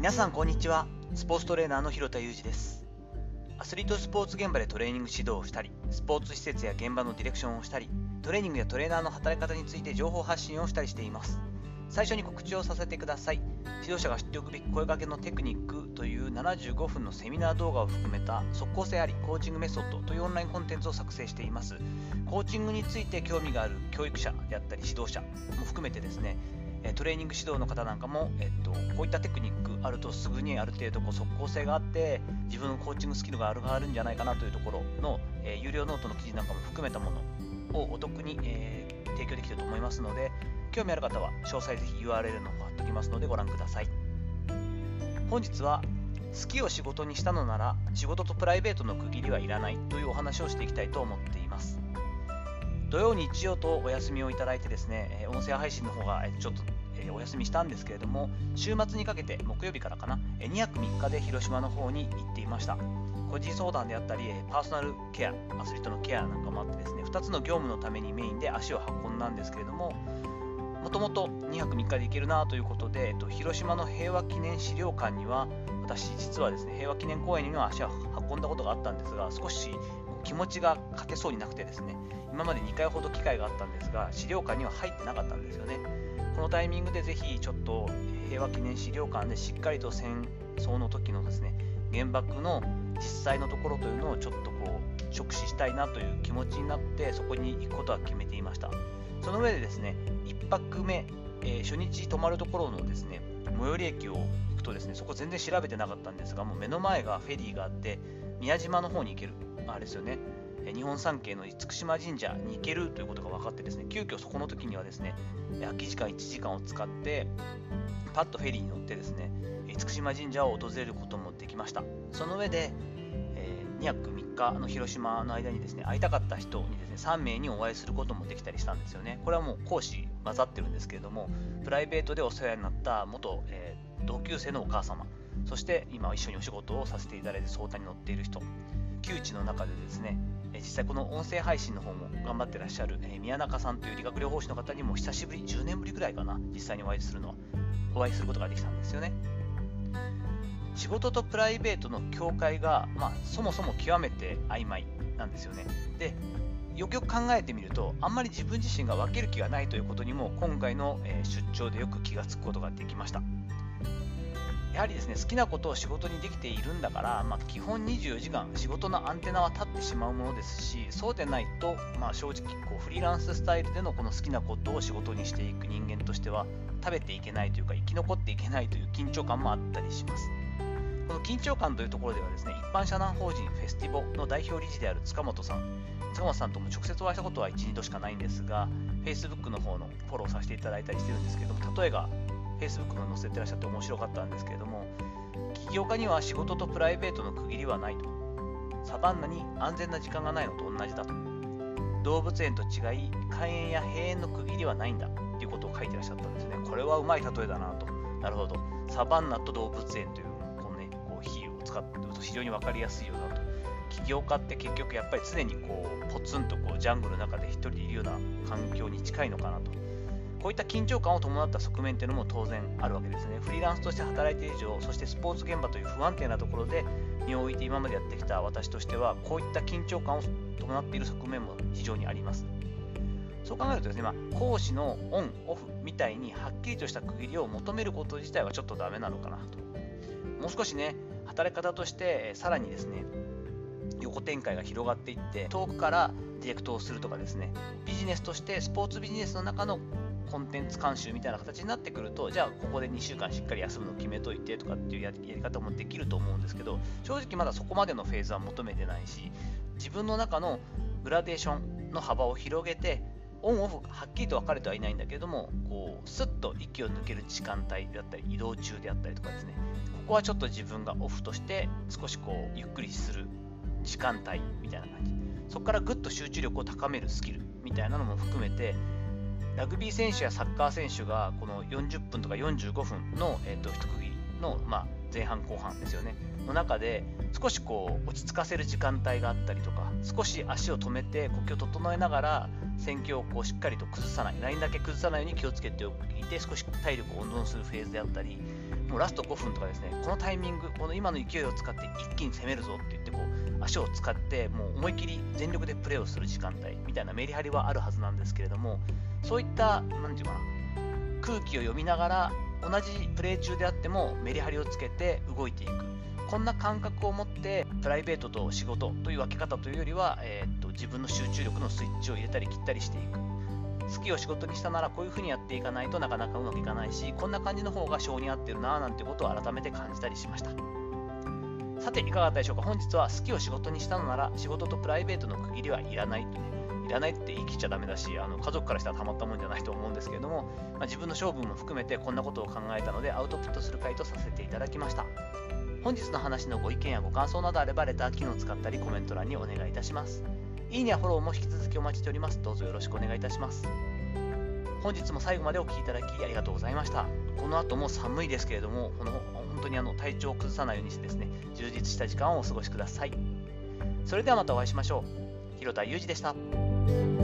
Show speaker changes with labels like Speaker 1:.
Speaker 1: 皆さんこんにちは。スポーツトレーナーの広田裕二です。アスリートスポーツ現場でトレーニング指導をしたり、スポーツ施設や現場のディレクションをしたり、トレーニングやトレーナーの働き方について情報発信をしたりしています。最初に告知をさせてください。指導者が知っておくべき声掛けのテクニックという75分のセミナー動画を含めた即効性ありコーチングメソッドというオンラインコンテンツを作成しています。コーチングについて興味がある教育者であったり指導者も含めてですね、トレーニング指導の方なんかも、こういったテクニックあるとすぐにある程度即効性があって自分のコーチングスキルが上がるんじゃないかなというところの、有料ノートの記事なんかも含めたものをお得に、提供できていると思いますので、興味ある方は詳細ぜひ URL の方貼っておきますのでご覧ください。本日は好きを仕事にしたのなら仕事とプライベートの区切りはいらないというお話をしていきたいと思っています。土曜日曜とお休みをいただいてですね、音声配信の方がちょっとお休みしたんですけれども、週末にかけて木曜日からかな、2泊3日で広島の方に行っていました。個人相談であったりパーソナルケア、アスリートのケアなんかもあってですね、2つの業務のためにメインで足を運んだんですけれども、もともと2泊3日で行けるなということで、広島の平和記念資料館には私実はですね、平和記念公園には足を運んだことがあったんですが、少し気持ちが勝てそうになくてですね、今まで2回ほど機会があったんですが資料館には入ってなかったんですよね。このタイミングでぜひちょっと平和記念資料館でしっかりと戦争の時のですね、原爆の実際のところというのをちょっと直視したいなという気持ちになってそこに行くことは決めていました。その上でですね、1泊目、初日泊まるところのですね、最寄り駅を行くとですね、そこ全然調べてなかったんですが、もう目の前がフェリーがあって宮島の方に行ける、あれですよね、日本三景の厳島神社に行けるということが分かってですね、急遽そこの時にはですね、空き時間1時間を使ってパッとフェリーに乗ってですね、厳島神社を訪れることもできました。その上で、2泊3日の広島の間にですね、会いたかった人にですね、3名にお会いすることもできたりしたんですよね。これはもう講師混ざってるんですけれども、プライベートでお世話になった元、同級生のお母様、そして今一緒にお仕事をさせていただいて相談に乗っている人、旧知の中でですね、実際この音声配信の方も頑張ってらっしゃる宮中さんという理学療法士の方にも久しぶり、10年ぶりぐらいかな、実際にお会いすることができたんですよね。仕事とプライベートの境界が、そもそも極めて曖昧なんですよね。で、よくよく考えてみるとあんまり自分自身が分ける気がないということにも今回の出張でよく気がつくことができました。やはりですね、好きなことを仕事にできているんだから、基本24時間仕事のアンテナは立ってしまうものですし、そうでないと、正直フリーランススタイルでのこの好きなことを仕事にしていく人間としては食べていけないというか生き残っていけないという緊張感もあったりします。この緊張感というところではですね、一般社団法人フェスティボの代表理事である塚本さんとも直接お会いしたことは 1,2 度しかないんですが、 Facebook の方のフォローさせていただいたりしてるんですけれども、例えが Facebook の載せてらっしゃって面白かったんですけれども、起業家には仕事とプライベートの区切りはないと、サバンナに安全な時間がないのと同じだと、動物園と違い開園や閉園の区切りはないんだということを書いてらっしゃったんですね。これはうまい例えだなと。なるほど、サバンナと動物園という比喩を使っていると非常に分かりやすいようだと。起業家って結局やっぱり常にポツンとジャングルの中で一人でいるような環境に近いのかなと。こういった緊張感を伴った側面というのも当然あるわけですね。フリーランスとして働いている以上、そしてスポーツ現場という不安定なところで身を置いて今までやってきた私としては、こういった緊張感を伴っている側面も非常にあります。そう考えるとですね、講師のオンオフみたいにはっきりとした区切りを求めること自体はちょっとダメなのかなと。もう少しね、働き方としてさらにですね、横展開が広がっていって遠くからディレクトをするとかですね、ビジネスとしてスポーツビジネスの中のコンテンツ監修みたいな形になってくると、じゃあここで2週間しっかり休むのを決めといてとかっていうやり方もできると思うんですけど、正直まだそこまでのフェーズは求めてないし、自分の中のグラデーションの幅を広げて、オンオフはっきりと分かれてはいないんだけれども、スッと息を抜ける時間帯であったり移動中であったりとかですね、ここはちょっと自分がオフとして少しゆっくりする時間帯みたいな感じ、そこからぐっと集中力を高めるスキルみたいなのも含めて、ラグビー選手やサッカー選手がこの40分とか45分の、一区切りの、前半後半ですよねの中で少し落ち着かせる時間帯があったりとか、少し足を止めて呼吸を整えながら戦況をしっかりと崩さない、ラインだけ崩さないように気をつけておいて、少し体力を温存するフェーズであったり、 もうラスト5分とかですね、このタイミング、この今の勢いを使って一気に攻めるぞって言って足を使ってもう思い切り全力でプレーをする時間帯みたいなメリハリはあるはずなんですけれども、そういったなんていうかな、空気を読みながら同じプレー中であってもメリハリをつけて動いていく、こんな感覚を持ってプライベートと仕事という分け方というよりは、自分の集中力のスイッチを入れたり切ったりしていく。好きを仕事にしたならこういう風にやっていかないとなかなかうまくいかないし、こんな感じの方が性に合ってるなぁなんてことを改めて感じたりしました。さていかがだったでしょうか。本日は好きを仕事にしたのなら仕事とプライベートの区切りはいらないとね、いらないって言い切っちゃダメだし、家族からしたらたまったもんじゃないと思うんですけれども、自分の勝負も含めてこんなことを考えたのでアウトプットする回とさせていただきました。本日の話のご意見やご感想などあればレター機能を使ったりコメント欄にお願いいたします。いいねやフォローも引き続きお待ちしております。どうぞよろしくお願いいたします。本日も最後までお聞きいただきありがとうございました。この後も寒いですけれども、本当に体調を崩さないようにしてですね、充実した時間をお過ごしください。それではまたお会いしましょう。広田裕二でした。